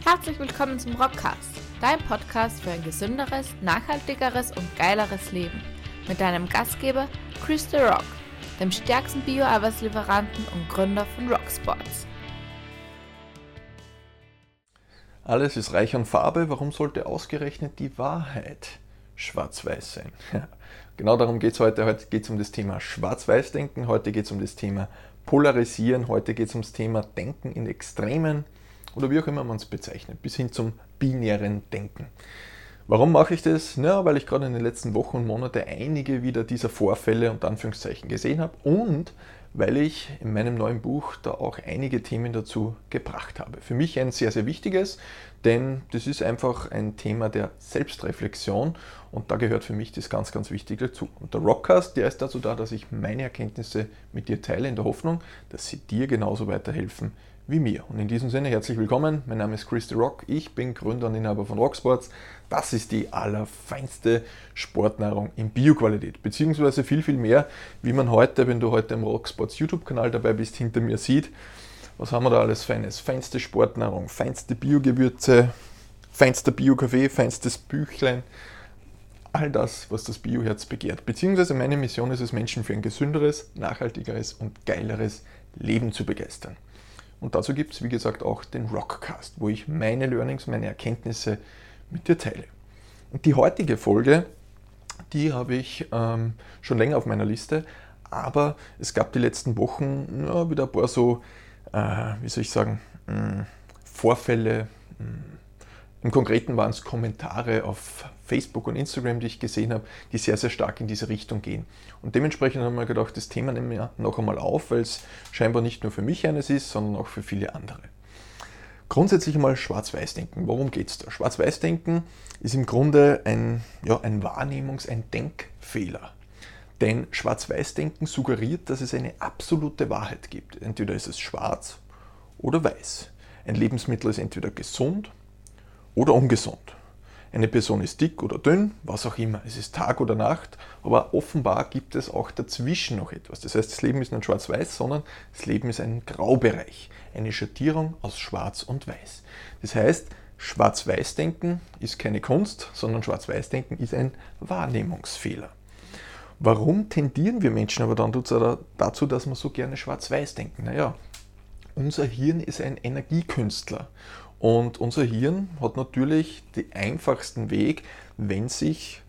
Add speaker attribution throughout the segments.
Speaker 1: Herzlich willkommen zum Rockcast, dein Podcast für ein gesünderes, nachhaltigeres und geileres Leben. Mit deinem Gastgeber Chris the Rock, dem stärksten Bio-Arbeitslieferanten und Gründer von Rocksports.
Speaker 2: Alles ist reich an Farbe, warum sollte ausgerechnet die Wahrheit schwarz-weiß sein? Genau darum geht es heute. Heute geht es um das Thema Schwarz-Weiß-Denken, heute geht es um das Thema Polarisieren, heute geht es ums Thema Denken in Extremen oder wie auch immer man es bezeichnet, bis hin zum binären Denken. Warum mache ich das? Ja, weil ich gerade in den letzten Wochen und Monaten einige wieder dieser Vorfälle unter Anführungszeichen gesehen habe und weil ich in meinem neuen Buch da auch einige Themen dazu gebracht habe. Für mich ein sehr, sehr wichtiges, denn das ist einfach ein Thema der Selbstreflexion und da gehört für mich das ganz, ganz wichtig dazu. Und der Rockcast, der ist dazu da, dass ich meine Erkenntnisse mit dir teile, in der Hoffnung, dass sie dir genauso weiterhelfen wie mir. Und in diesem Sinne herzlich willkommen, mein Name ist Chris the Rock, ich bin Gründer und Inhaber von Rocksports. Das ist die allerfeinste Sportnahrung in Bioqualität, beziehungsweise viel, viel mehr, wie man heute, wenn du heute im Rocksports YouTube-Kanal dabei bist, hinter mir sieht. Was haben wir da alles Feines? Feinste Sportnahrung, feinste Biogewürze, feinster Bio-Kaffee, feinstes Büchlein, all das, was das Bioherz begehrt. Beziehungsweise meine Mission ist es, Menschen für ein gesünderes, nachhaltigeres und geileres Leben zu begeistern. Und dazu gibt es, wie gesagt, auch den Rockcast, wo ich meine Learnings, meine Erkenntnisse mit dir teile. Und die heutige Folge, die habe ich schon länger auf meiner Liste, aber es gab die letzten Wochen wieder ein paar so, Vorfälle. Im Konkreten waren es Kommentare auf Facebook und Instagram, die ich gesehen habe, die sehr, sehr stark in diese Richtung gehen. Und dementsprechend haben wir gedacht, das Thema nehmen wir noch einmal auf, weil es scheinbar nicht nur für mich eines ist, sondern auch für viele andere. Grundsätzlich einmal Schwarz-Weiß-Denken. Worum geht es da? Schwarz-Weiß-Denken ist im Grunde ein ein Denkfehler. Denn Schwarz-Weiß-Denken suggeriert, dass es eine absolute Wahrheit gibt. Entweder ist es schwarz oder weiß. Ein Lebensmittel ist entweder gesund oder ungesund. Eine Person ist dick oder dünn, was auch immer. Es ist Tag oder Nacht, aber offenbar gibt es auch dazwischen noch etwas. Das heißt, das Leben ist nicht schwarz-weiß, sondern das Leben ist ein Graubereich, eine Schattierung aus Schwarz und Weiß. Das heißt, Schwarz-Weiß-Denken ist keine Kunst, sondern Schwarz-Weiß-Denken ist ein Wahrnehmungsfehler. Warum tendieren wir Menschen aber dann dazu, dass wir so gerne Schwarz-Weiß denken? Naja, unser Hirn ist ein Energiekünstler. Und unser Hirn hat natürlich den einfachsten Weg, wenn es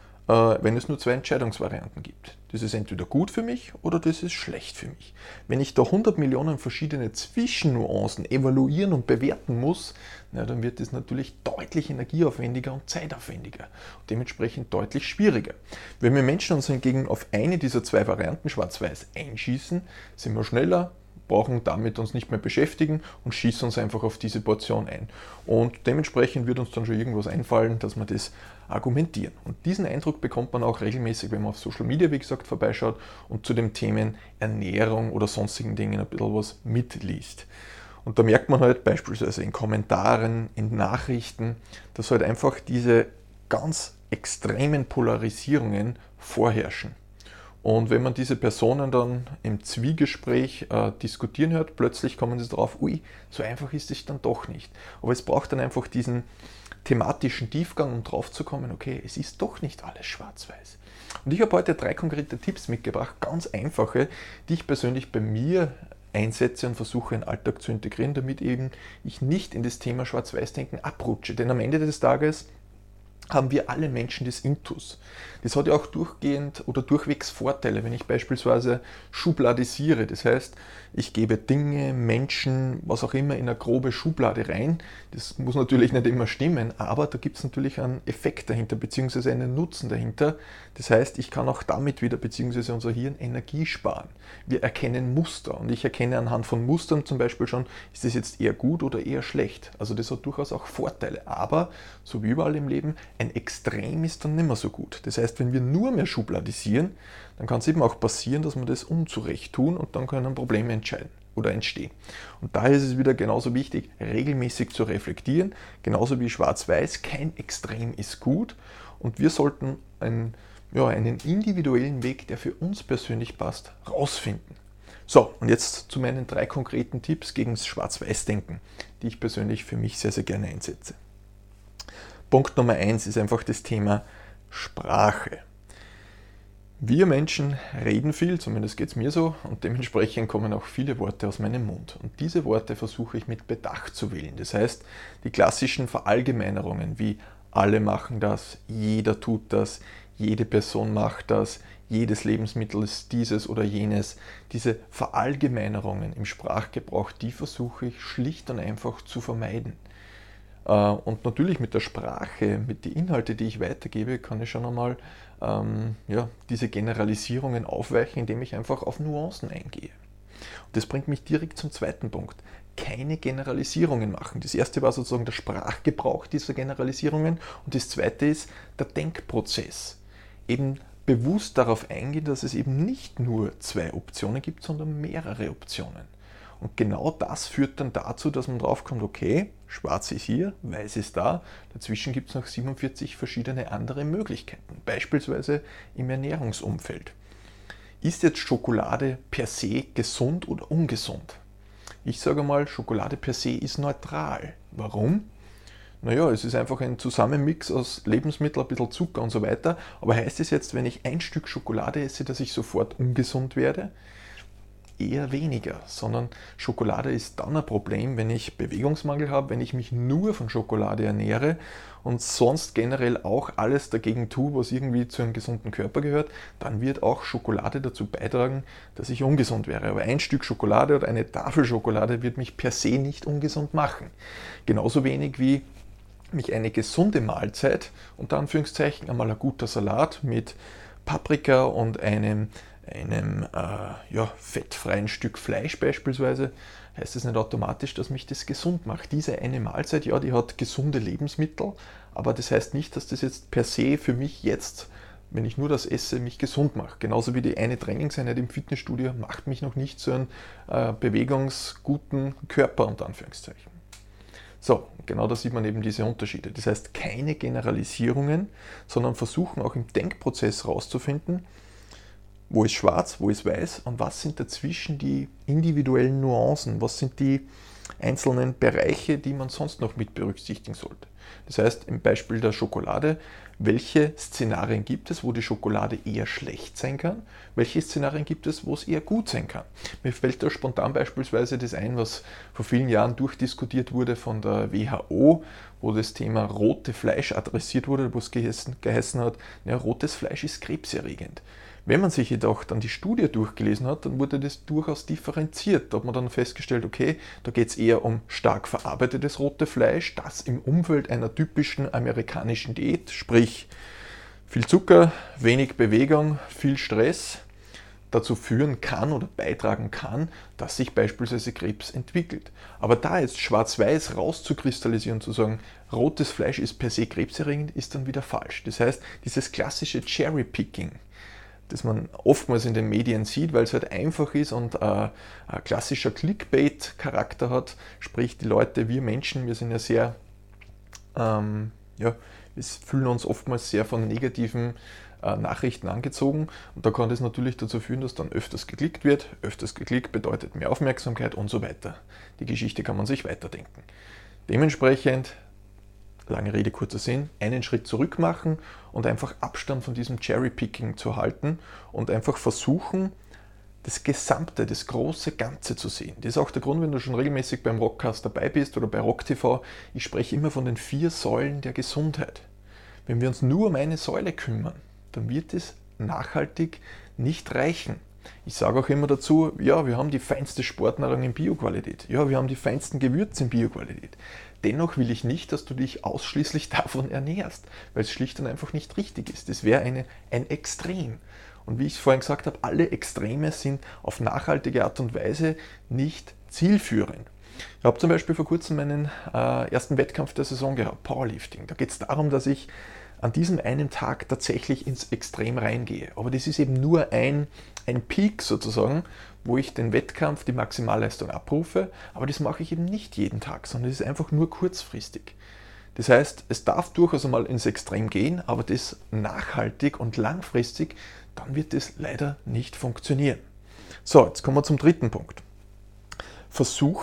Speaker 2: nur zwei Entscheidungsvarianten gibt. Das ist entweder gut für mich oder das ist schlecht für mich. Wenn ich da 100 Millionen verschiedene Zwischennuancen evaluieren und bewerten muss, dann wird das natürlich deutlich energieaufwendiger und zeitaufwendiger und dementsprechend deutlich schwieriger. Wenn wir Menschen uns hingegen auf eine dieser zwei Varianten schwarz-weiß einschießen, sind wir schneller, brauchen damit uns nicht mehr beschäftigen und schießen uns einfach auf diese Portion ein. Und dementsprechend wird uns dann schon irgendwas einfallen, dass wir das argumentieren. Und diesen Eindruck bekommt man auch regelmäßig, wenn man auf Social Media, wie gesagt, vorbeischaut und zu den Themen Ernährung oder sonstigen Dingen ein bisschen was mitliest. Und da merkt man halt beispielsweise in Kommentaren, in Nachrichten, dass halt einfach diese ganz extremen Polarisierungen vorherrschen. Und wenn man diese Personen dann im Zwiegespräch diskutieren hört, plötzlich kommen sie darauf, ui, so einfach ist es dann doch nicht. Aber es braucht dann einfach diesen thematischen Tiefgang, um drauf zu kommen, okay, es ist doch nicht alles schwarz-weiß. Und ich habe heute 3 konkrete Tipps mitgebracht, ganz einfache, die ich persönlich bei mir einsetze und versuche in den Alltag zu integrieren, damit eben ich nicht in das Thema Schwarz-Weiß-Denken abrutsche. Denn am Ende des Tages haben wir alle Menschen des Intus. Das hat ja auch durchgehend oder durchwegs Vorteile, wenn ich beispielsweise schubladisiere. Das heißt, ich gebe Dinge, Menschen, was auch immer in eine grobe Schublade rein. Das muss natürlich nicht immer stimmen, aber da gibt es natürlich einen Effekt dahinter, beziehungsweise einen Nutzen dahinter. Das heißt, ich kann auch damit wieder, beziehungsweise unser Hirn, Energie sparen. Wir erkennen Muster und ich erkenne anhand von Mustern zum Beispiel schon, ist das jetzt eher gut oder eher schlecht. Also das hat durchaus auch Vorteile, aber so wie überall im Leben, ein Extrem ist dann nicht mehr so gut. Das heißt, wenn wir nur mehr schubladisieren, dann kann es eben auch passieren, dass wir das unzurecht tun und dann können Probleme entstehen. Und daher ist es wieder genauso wichtig, regelmäßig zu reflektieren, genauso wie schwarz-weiß, kein Extrem ist gut und wir sollten einen individuellen Weg, der für uns persönlich passt, rausfinden. So, und jetzt zu meinen 3 konkreten Tipps gegen das Schwarz-Weiß-Denken. die ich persönlich für mich sehr, sehr gerne einsetze. Punkt Nummer 1 ist einfach das Thema Sprache. Wir Menschen reden viel, zumindest geht es mir so, und dementsprechend kommen auch viele Worte aus meinem Mund. Und diese Worte versuche ich mit Bedacht zu wählen. Das heißt, die klassischen Verallgemeinerungen wie alle machen das, jeder tut das, jede Person macht das, jedes Lebensmittel ist dieses oder jenes. Diese Verallgemeinerungen im Sprachgebrauch, die versuche ich schlicht und einfach zu vermeiden. Und natürlich mit der Sprache, mit den Inhalten, die ich weitergebe, kann ich schon einmal diese Generalisierungen aufweichen, indem ich einfach auf Nuancen eingehe. Und das bringt mich direkt zum zweiten Punkt. Keine Generalisierungen machen. Das erste war sozusagen der Sprachgebrauch dieser Generalisierungen und das zweite ist der Denkprozess. Eben bewusst darauf eingehen, dass es eben nicht nur 2 Optionen gibt, sondern mehrere Optionen. Und genau das führt dann dazu, dass man drauf kommt, okay, schwarz ist hier, weiß ist da, dazwischen gibt es noch 47 verschiedene andere Möglichkeiten, beispielsweise im Ernährungsumfeld. Ist jetzt Schokolade per se gesund oder ungesund? Ich sage mal, Schokolade per se ist neutral. Warum? Naja, es ist einfach ein Zusammenmix aus Lebensmitteln, ein bisschen Zucker und so weiter. Aber heißt es jetzt, wenn ich ein Stück Schokolade esse, dass ich sofort ungesund werde? Eher weniger, sondern Schokolade ist dann ein Problem, wenn ich Bewegungsmangel habe, wenn ich mich nur von Schokolade ernähre und sonst generell auch alles dagegen tue, was irgendwie zu einem gesunden Körper gehört, dann wird auch Schokolade dazu beitragen, dass ich ungesund wäre. Aber ein Stück Schokolade oder eine Tafel Schokolade wird mich per se nicht ungesund machen. Genauso wenig wie mich eine gesunde Mahlzeit, unter Anführungszeichen einmal ein guter Salat mit Paprika und einem fettfreien Stück Fleisch beispielsweise, heißt es nicht automatisch, dass mich das gesund macht. Diese eine Mahlzeit, ja, die hat gesunde Lebensmittel, aber das heißt nicht, dass das jetzt per se für mich jetzt, wenn ich nur das esse, mich gesund macht. Genauso wie die eine Trainingseinheit im Fitnessstudio macht mich noch nicht zu einem bewegungsguten Körper, unter Anführungszeichen. So, genau da sieht man eben diese Unterschiede. Das heißt, keine Generalisierungen, sondern versuchen auch im Denkprozess herauszufinden, wo ist schwarz, wo ist weiß und was sind dazwischen die individuellen Nuancen, was sind die einzelnen Bereiche, die man sonst noch mit berücksichtigen sollte. Das heißt, im Beispiel der Schokolade, welche Szenarien gibt es, wo die Schokolade eher schlecht sein kann, welche Szenarien gibt es, wo es eher gut sein kann. Mir fällt da spontan beispielsweise das ein, was vor vielen Jahren durchdiskutiert wurde von der WHO, wo das Thema rote Fleisch adressiert wurde, wo es geheißen hat, ja, rotes Fleisch ist krebserregend. Wenn man sich jedoch dann die Studie durchgelesen hat, dann wurde das durchaus differenziert. Da hat man dann festgestellt, okay, da geht es eher um stark verarbeitetes rote Fleisch, das im Umfeld einer typischen amerikanischen Diät, sprich viel Zucker, wenig Bewegung, viel Stress, dazu führen kann oder beitragen kann, dass sich beispielsweise Krebs entwickelt. Aber da jetzt schwarz-weiß rauszukristallisieren, zu sagen, rotes Fleisch ist per se krebserregend, ist dann wieder falsch. Das heißt, dieses klassische Cherry-Picking, das man oftmals in den Medien sieht, weil es halt einfach ist und ein klassischer Clickbait-Charakter hat. Sprich, die Leute, wir Menschen, wir sind ja sehr, wir fühlen uns oftmals sehr von negativen Nachrichten angezogen und da kann das natürlich dazu führen, dass dann öfters geklickt wird. Öfters geklickt bedeutet mehr Aufmerksamkeit und so weiter. Die Geschichte kann man sich weiterdenken. Dementsprechend, lange Rede, kurzer Sinn, einen Schritt zurück machen und einfach Abstand von diesem Cherry-Picking zu halten und einfach versuchen, das Gesamte, das große Ganze zu sehen. Das ist auch der Grund, wenn du schon regelmäßig beim Rockcast dabei bist oder bei Rock TV, ich spreche immer von den 4 Säulen der Gesundheit. Wenn wir uns nur um eine Säule kümmern, dann wird es nachhaltig nicht reichen. Ich sage auch immer dazu, ja, wir haben die feinste Sportnahrung in Bioqualität. Ja, wir haben die feinsten Gewürze in Bioqualität. Dennoch will ich nicht, dass du dich ausschließlich davon ernährst, weil es schlicht und einfach nicht richtig ist. Das wäre ein Extrem. Und wie ich es vorhin gesagt habe, alle Extreme sind auf nachhaltige Art und Weise nicht zielführend. Ich habe zum Beispiel vor kurzem meinen ersten Wettkampf der Saison gehabt, Powerlifting. Da geht es darum, dass ich an diesem einen Tag tatsächlich ins Extrem reingehe. Aber das ist eben nur ein Peak sozusagen, wo ich den Wettkampf, die Maximalleistung abrufe, aber das mache ich eben nicht jeden Tag, sondern es ist einfach nur kurzfristig. Das heißt, es darf durchaus einmal ins Extrem gehen, aber das nachhaltig und langfristig, dann wird das leider nicht funktionieren. So, jetzt kommen wir zum dritten Punkt. Versuche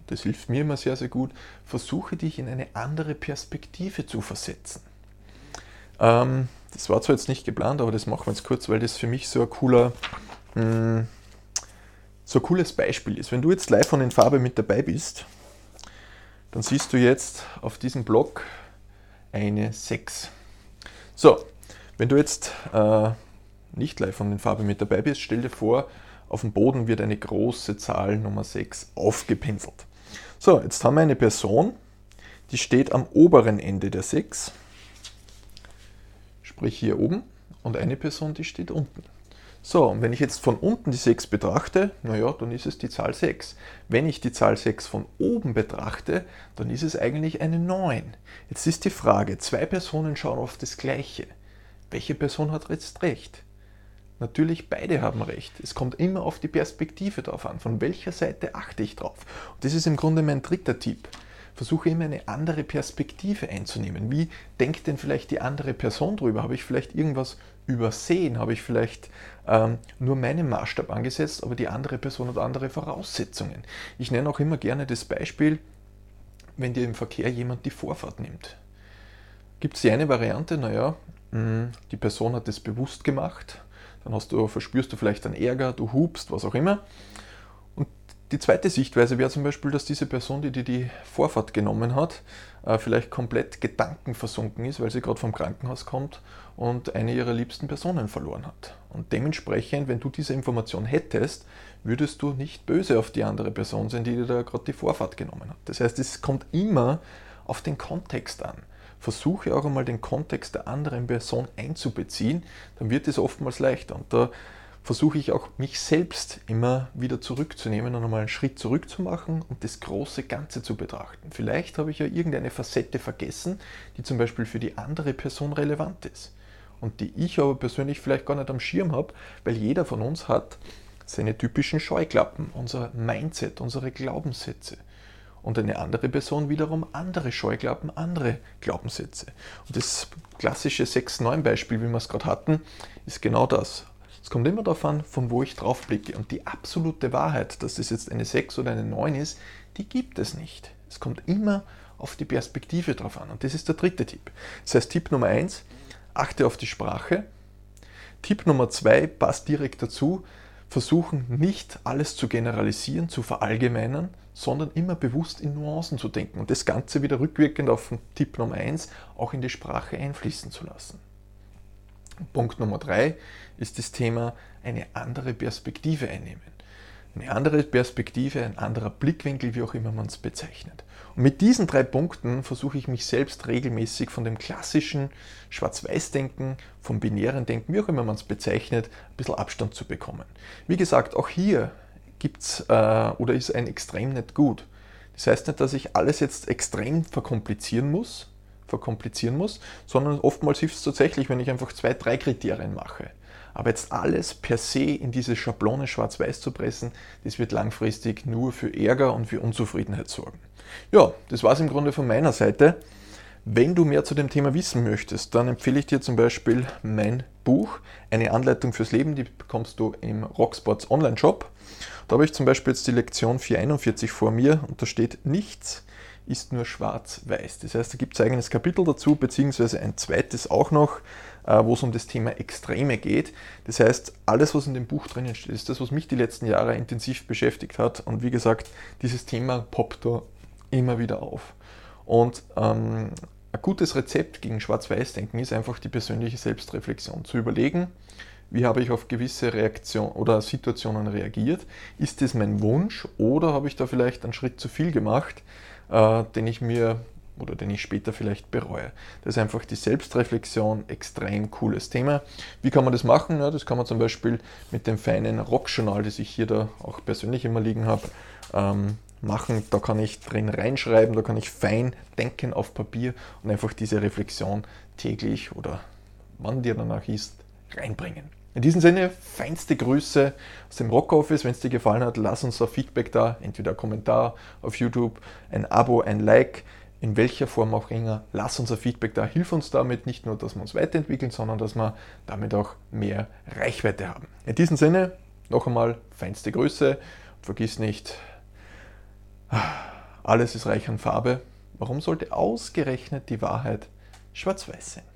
Speaker 2: das hilft mir immer sehr, sehr gut, versuche dich in eine andere Perspektive zu versetzen. Das war zwar jetzt nicht geplant, aber das machen wir jetzt kurz, weil das für mich so ein cooles Beispiel ist. Wenn du jetzt live von in Farbe mit dabei bist, dann siehst du jetzt auf diesem Block eine 6. So, wenn du jetzt nicht live von in Farbe mit dabei bist, stell dir vor, auf dem Boden wird eine große Zahl Nummer 6 aufgepinselt. So, jetzt haben wir eine Person, die steht am oberen Ende der 6, sprich hier oben, und eine Person, die steht unten. So, und wenn ich jetzt von unten die 6 betrachte, naja, dann ist es die Zahl 6. Wenn ich die Zahl 6 von oben betrachte, dann ist es eigentlich eine 9. Jetzt ist die Frage, zwei Personen schauen auf das Gleiche. Welche Person hat jetzt recht? Natürlich, beide haben recht. Es kommt immer auf die Perspektive drauf an. Von welcher Seite achte ich drauf? Und das ist im Grunde mein dritter Tipp. Versuche immer eine andere Perspektive einzunehmen. Wie denkt denn vielleicht die andere Person drüber? Habe ich vielleicht irgendwas übersehen? Habe ich vielleicht nur meinen Maßstab angesetzt, aber die andere Person hat andere Voraussetzungen? Ich nenne auch immer gerne das Beispiel, wenn dir im Verkehr jemand die Vorfahrt nimmt. Gibt es die eine Variante, naja, die Person hat das bewusst gemacht, dann verspürst du vielleicht einen Ärger, du hupst, was auch immer. Und die zweite Sichtweise wäre zum Beispiel, dass diese Person, die dir die Vorfahrt genommen hat, vielleicht komplett gedankenversunken ist, weil sie gerade vom Krankenhaus kommt und eine ihrer liebsten Personen verloren hat. Und dementsprechend, wenn du diese Information hättest, würdest du nicht böse auf die andere Person sein, die dir da gerade die Vorfahrt genommen hat. Das heißt, es kommt immer auf den Kontext an. Versuche auch einmal den Kontext der anderen Person einzubeziehen, dann wird es oftmals leichter. Und da versuche ich auch, mich selbst immer wieder zurückzunehmen und einmal einen Schritt zurück zu machen und das große Ganze zu betrachten. Vielleicht habe ich ja irgendeine Facette vergessen, die zum Beispiel für die andere Person relevant ist und die ich aber persönlich vielleicht gar nicht am Schirm habe, weil jeder von uns hat seine typischen Scheuklappen, unser Mindset, unsere Glaubenssätze. Und eine andere Person wiederum andere Scheuklappen, andere Glaubenssätze. Und das klassische 6-9-Beispiel, wie wir es gerade hatten, ist genau das. Es kommt immer darauf an, von wo ich drauf blicke. Und die absolute Wahrheit, dass das jetzt eine 6 oder eine 9 ist, die gibt es nicht. Es kommt immer auf die Perspektive drauf an. Und das ist der dritte Tipp. Das heißt, Tipp Nummer 1, achte auf die Sprache. Tipp Nummer 2, passt direkt dazu, versuchen nicht alles zu generalisieren, zu verallgemeinern, sondern immer bewusst in Nuancen zu denken und das Ganze wieder rückwirkend auf den Tipp Nummer 1 auch in die Sprache einfließen zu lassen. Punkt Nummer 3 ist das Thema eine andere Perspektive einnehmen. Eine andere Perspektive, ein anderer Blickwinkel, wie auch immer man es bezeichnet. Und mit diesen 3 Punkten versuche ich mich selbst regelmäßig von dem klassischen Schwarz-Weiß-Denken, vom binären Denken, wie auch immer man es bezeichnet, ein bisschen Abstand zu bekommen. Wie gesagt, auch hier ist ein Extrem nicht gut. Das heißt nicht, dass ich alles jetzt extrem verkomplizieren muss, sondern oftmals hilft es tatsächlich, wenn ich einfach 2, 3 Kriterien mache. Aber jetzt alles per se in diese Schablone schwarz-weiß zu pressen, das wird langfristig nur für Ärger und für Unzufriedenheit sorgen. Ja, das war es im Grunde von meiner Seite. Wenn du mehr zu dem Thema wissen möchtest, dann empfehle ich dir zum Beispiel mein Buch, eine Anleitung fürs Leben, die bekommst du im Rocksports Online-Shop. Da habe ich zum Beispiel jetzt die Lektion 441 vor mir und da steht, nichts ist nur schwarz-weiß. Das heißt, da gibt es ein eigenes Kapitel dazu, beziehungsweise ein zweites auch noch, wo es um das Thema Extreme geht. Das heißt, alles, was in dem Buch drinnen steht, ist das, was mich die letzten Jahre intensiv beschäftigt hat. Und wie gesagt, dieses Thema poppt da immer wieder auf. Und ein gutes Rezept gegen Schwarz-Weiß-Denken ist einfach die persönliche Selbstreflexion. Zu überlegen, wie habe ich auf gewisse Reaktionen oder Situationen reagiert? Ist das mein Wunsch oder habe ich da vielleicht einen Schritt zu viel gemacht, den ich später vielleicht bereue? Das ist einfach die Selbstreflexion, extrem cooles Thema. Wie kann man das machen? Ja, das kann man zum Beispiel mit dem feinen Rockjournal, das ich hier da auch persönlich immer liegen habe, machen. Da kann ich drin reinschreiben, da kann ich fein denken auf Papier und einfach diese Reflexion täglich oder wann dir danach ist, reinbringen. In diesem Sinne, feinste Grüße aus dem Rockoffice. Wenn es dir gefallen hat, lass uns ein Feedback da, entweder ein Kommentar auf YouTube, ein Abo, ein Like, in welcher Form auch immer. Lass uns ein Feedback da, hilf uns damit, nicht nur, dass wir uns weiterentwickeln, sondern dass wir damit auch mehr Reichweite haben. In diesem Sinne, noch einmal feinste Grüße und vergiss nicht, alles ist reich an Farbe. Warum sollte ausgerechnet die Wahrheit schwarz-weiß sein?